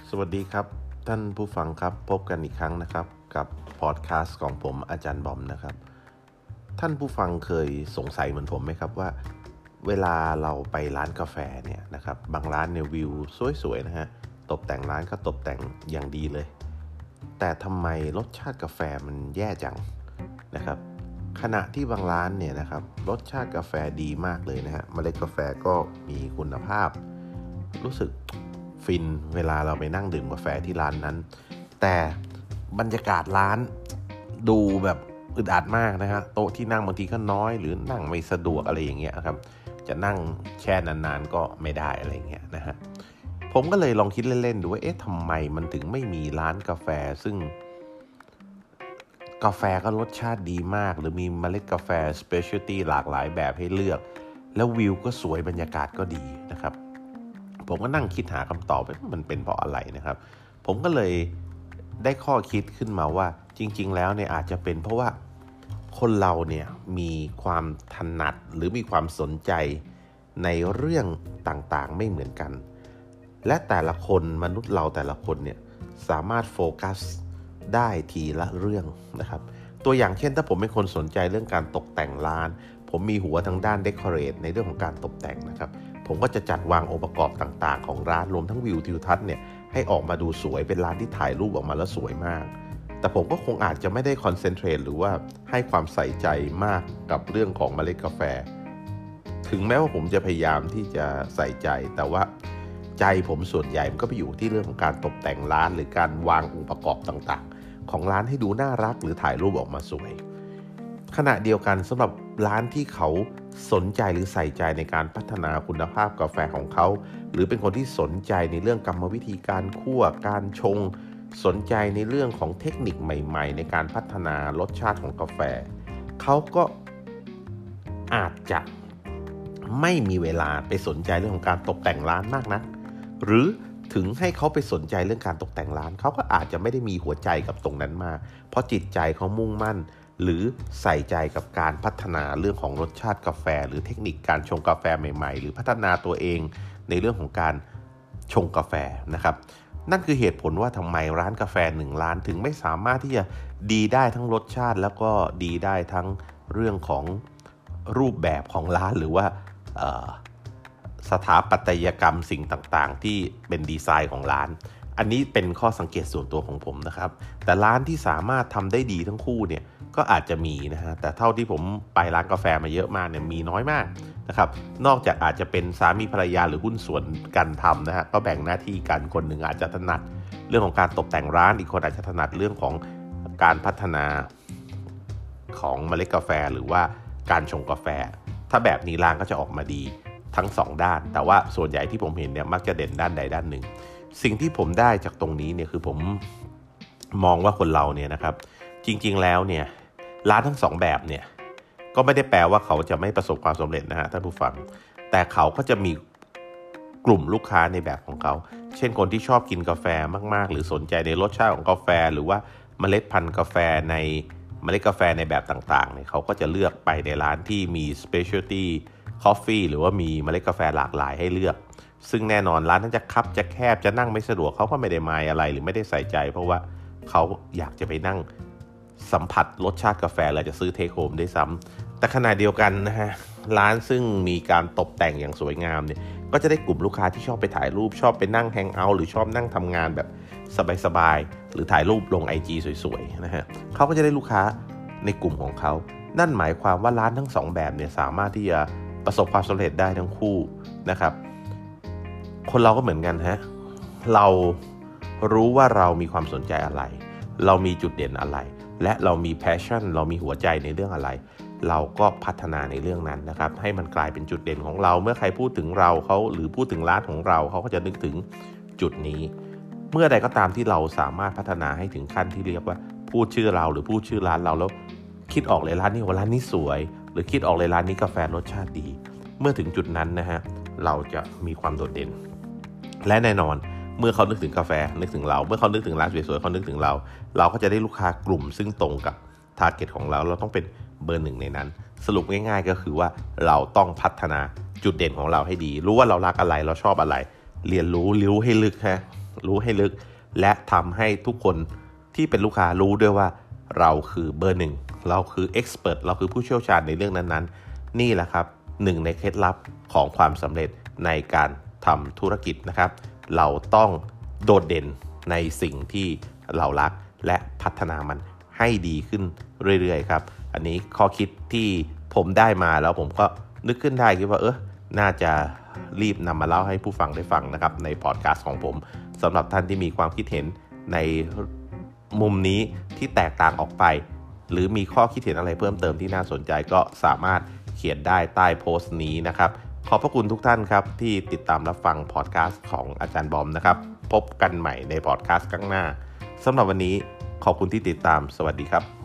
สวัสดีครับท่านผู้ฟังครับพบกันอีกครั้งนะครับกับพอดแคสต์ของผมอาจารย์บอมนะครับท่านผู้ฟังเคยสงสัยเหมือนผมไหมครับว่าเวลาเราไปร้านกาแฟเนี่ยนะครับบางร้านเนี่ยวิวสวยๆนะฮะตกแต่งร้านก็ตกแต่งอย่างดีเลยแต่ทำไมรสชาติกาแฟมันแย่จังนะครับขณะที่บางร้านเนี่ยนะครับรสชาติกาแฟดีมากเลยนะฮะเมล็ดกาแฟก็มีคุณภาพรู้สึกฟินเวลาเราไปนั่งดื่มกาแฟที่ร้านนั้นแต่บรรยากาศร้านดูแบบอึดอัดมากนะฮะโต๊ะที่นั่งบางทีก็น้อยหรือนั่งไม่สะดวกอะไรอย่างเงี้ยครับจะนั่งแช่นานๆก็ไม่ได้อะไรอย่างเงี้ยนะฮะผมก็เลยลองคิดเล่นๆดูว่าทำไมมันถึงไม่มีร้านกาแฟซึ่งกาแฟก็รสชาติดีมากหรือมีเมล็ดกาแฟสเปเชียลตี้หลากหลายแบบให้เลือกแล้ววิวก็สวยบรรยากาศก็ดีนะครับผมก็นั่งคิดหาคำตอบว่ามันเป็นเพราะอะไรนะครับผมก็เลยได้ข้อคิดขึ้นมาว่าจริงๆแล้วเนี่ยอาจจะเป็นเพราะว่าคนเราเนี่ยมีความถนัดหรือมีความสนใจในเรื่องต่างๆไม่เหมือนกันและแต่ละคนมนุษย์เราแต่ละคนเนี่ยสามารถโฟกัสได้ทีละเรื่องนะครับตัวอย่างเช่นถ้าผมเป็นคนสนใจเรื่องการตกแต่งร้านผมมีหัวทางด้านเดคอเรทในเรื่องของการตกแต่งนะครับผมก็จะจัดวางองค์ประกอบต่างๆของร้านรวมทั้งวิวทิวทัศน์เนี่ยให้ออกมาดูสวยเป็นร้านที่ถ่ายรูปออกมาแล้วสวยมากแต่ผมก็คงอาจจะไม่ได้คอนเซนเทรตหรือว่าให้ความใส่ใจมากกับเรื่องของเมล็ดกาแฟถึงแม้ว่าผมจะพยายามที่จะใส่ใจแต่ว่าใจผมส่วนใหญ่มันก็ไปอยู่ที่เรื่องของการตกแต่งร้านหรือการวางองค์ประกอบต่างๆของร้านให้ดูน่ารักหรือถ่ายรูปออกมาสวยขณะเดียวกันสำหรับร้านที่เขาสนใจหรือใส่ใจในการพัฒนาคุณภาพกาแฟของเขาหรือเป็นคนที่สนใจในเรื่องกรรมวิธีการคั่วการชงสนใจในเรื่องของเทคนิคใหม่ๆในการพัฒนารสชาติของกาแฟเขาก็อาจจะไม่มีเวลาไปสนใจเรื่องของการตกแต่งร้านมากนักหรือถึงให้เขาไปสนใจเรื่องการตกแต่งร้านเขาก็อาจจะไม่ได้มีหัวใจกับตรงนั้นมาเพราะจิตใจเขามุ่งมั่นหรือใส่ใจกับการพัฒนาเรื่องของรสชาติกาแฟหรือเทคนิคการชงกาแฟใหม่ๆหรือพัฒนาตัวเองในเรื่องของการชงกาแฟนะครับนั่นคือเหตุผลว่าทำไมร้านกาแฟ1ร้านถึงไม่สามารถที่จะดีได้ทั้งรสชาติแล้วก็ดีได้ทั้งเรื่องของรูปแบบของร้านหรือว่าสถาปัตยกรรมสิ่งต่างๆที่เป็นดีไซน์ของร้านอันนี้เป็นข้อสังเกตส่วนตัวของผมนะครับแต่ร้านที่สามารถทำได้ดีทั้งคู่เนี่ยก็อาจจะมีนะฮะแต่เท่าที่ผมไปร้านกาแฟมาเยอะมากเนี่ยมีน้อยมากนะครับนอกจากอาจจะเป็นสามีภรรยาหรือหุ้นส่วนกันทำนะฮะก็แบ่งหน้าที่กันคนหนึ่งอาจจะถนัดเรื่องของการตกแต่งร้านอีกคนอาจจะถนัดเรื่องของการพัฒนาของเมล็ดกาแฟหรือว่าการชงกาแฟถ้าแบบนี้ร้านก็จะออกมาดีทั้ง2ด้านแต่ว่าส่วนใหญ่ที่ผมเห็นเนี่ยมักจะเด่นด้านใดด้านหนึ่งสิ่งที่ผมได้จากตรงนี้เนี่ยคือผมมองว่าคนเราเนี่ยนะครับจริงๆแล้วเนี่ยร้านทั้ง2แบบเนี่ยก็ไม่ได้แปลว่าเขาจะไม่ประสบความสำเร็จนะฮะท่านผู้ฟังแต่เขาก็จะมีกลุ่มลูกค้าในแบบของเขาเช่นคนที่ชอบกินกาแฟมากๆหรือสนใจในรสชาติของกาแฟหรือว่าเมล็ดพันธุ์กาแฟในเมล็ดกาแฟในแบบต่างๆเนี่ยเขาก็จะเลือกไปในร้านที่มี specialty coffee หรือว่ามีเมล็ดกาแฟหลากหลายให้เลือกซึ่งแน่นอนร้านนั้นจะคับจะแคบจะนั่งไม่สะดวกเขาก็ไม่ได้มายอะไรหรือไม่ได้ใส่ใจเพราะว่าเขาอยากจะไปนั่งสัมผัสรสชาติกาแฟแล้วจะซื้อเทคโฮมได้ซ้ำแต่ขณะเดียวกันนะฮะร้านซึ่งมีการตกแต่งอย่างสวยงามเนี่ยก็จะได้กลุ่มลูกค้าที่ชอบไปถ่ายรูปชอบไปนั่งแฮงเอาท์หรือชอบนั่งทำงานแบบสบายๆหรือถ่ายรูปลง IG สวยๆนะฮะเขาก็จะได้ลูกค้าในกลุ่มของเขานั่นหมายความว่าร้านทั้ง2แบบเนี่ยสามารถที่จะประสบความสำเร็จได้ทั้งคู่นะครับคนเราก็เหมือนกันฮะเรารู้ว่าเรามีความสนใจอะไรเรามีจุดเด่นอะไรและเรามี passion เรามีหัวใจในเรื่องอะไรเราก็พัฒนาในเรื่องนั้นนะครับให้มันกลายเป็นจุดเด่นของเราเมื่อใครพูดถึงเราเขาหรือพูดถึงร้านของเราเขาก็จะนึกถึงจุดนี้เมื่อใดก็ตามที่เราสามารถพัฒนาให้ถึงขั้นที่เรียกว่าพูดชื่อเราหรือพูดชื่อร้านเราแล้วคิดออกเลยร้านนี้ว่าร้านนี้สวยหรือคิดออกเลยร้านนี้กาแฟรสชาติดีเมื่อถึงจุดนั้นนะฮะเราจะมีความโดดเด่นและแน่นอนเมื่อเขานึกถึงกาแฟนึกถึงเราเมื่อเขานึกถึงร้านสวยๆเขานึกถึงเราก็จะได้ลูกค้ากลุ่มซึ่งตรงกับทาร์เก็ตของเราต้องเป็นเบอร์1ในนั้นสรุปง่ายๆก็คือว่าเราต้องพัฒนาจุดเด่นของเราให้ดีรู้ว่าเรารักอะไรเราชอบอะไรเรียนรู้ให้ลึกฮะรู้ให้ลึกและทำให้ทุกคนที่เป็นลูกค้ารู้ด้วยว่าเราคือเบอร์หนึ่งเราคือเอ็กซ์เพรสเราคือผู้เชี่ยวชาญในเรื่องนั้นๆนี่แหละครับหนึ่งในเคล็ดลับของความสำเร็จในการทำธุรกิจนะครับเราต้องโดดเด่นในสิ่งที่เรารักและพัฒนามันให้ดีขึ้นเรื่อยๆครับอันนี้ข้อคิดที่ผมได้มาแล้วผมก็นึกขึ้นได้คิดว่าน่าจะรีบนำมาเล่าให้ผู้ฟังได้ฟังนะครับในพอดคาสต์ของผมสำหรับท่านที่มีความคิดเห็นในมุมนี้ที่แตกต่างออกไปหรือมีข้อคิดเห็นอะไรเพิ่มเติมที่น่าสนใจก็สามารถเขียนได้ใต้โพสต์นี้นะครับขอบพระคุณทุกท่านครับที่ติดตามรับฟังพอดคาสต์ของอาจารย์บอมนะครับพบกันใหม่ในพอดคาสต์ข้างหน้าสำหรับวันนี้ขอบคุณที่ติดตามสวัสดีครับ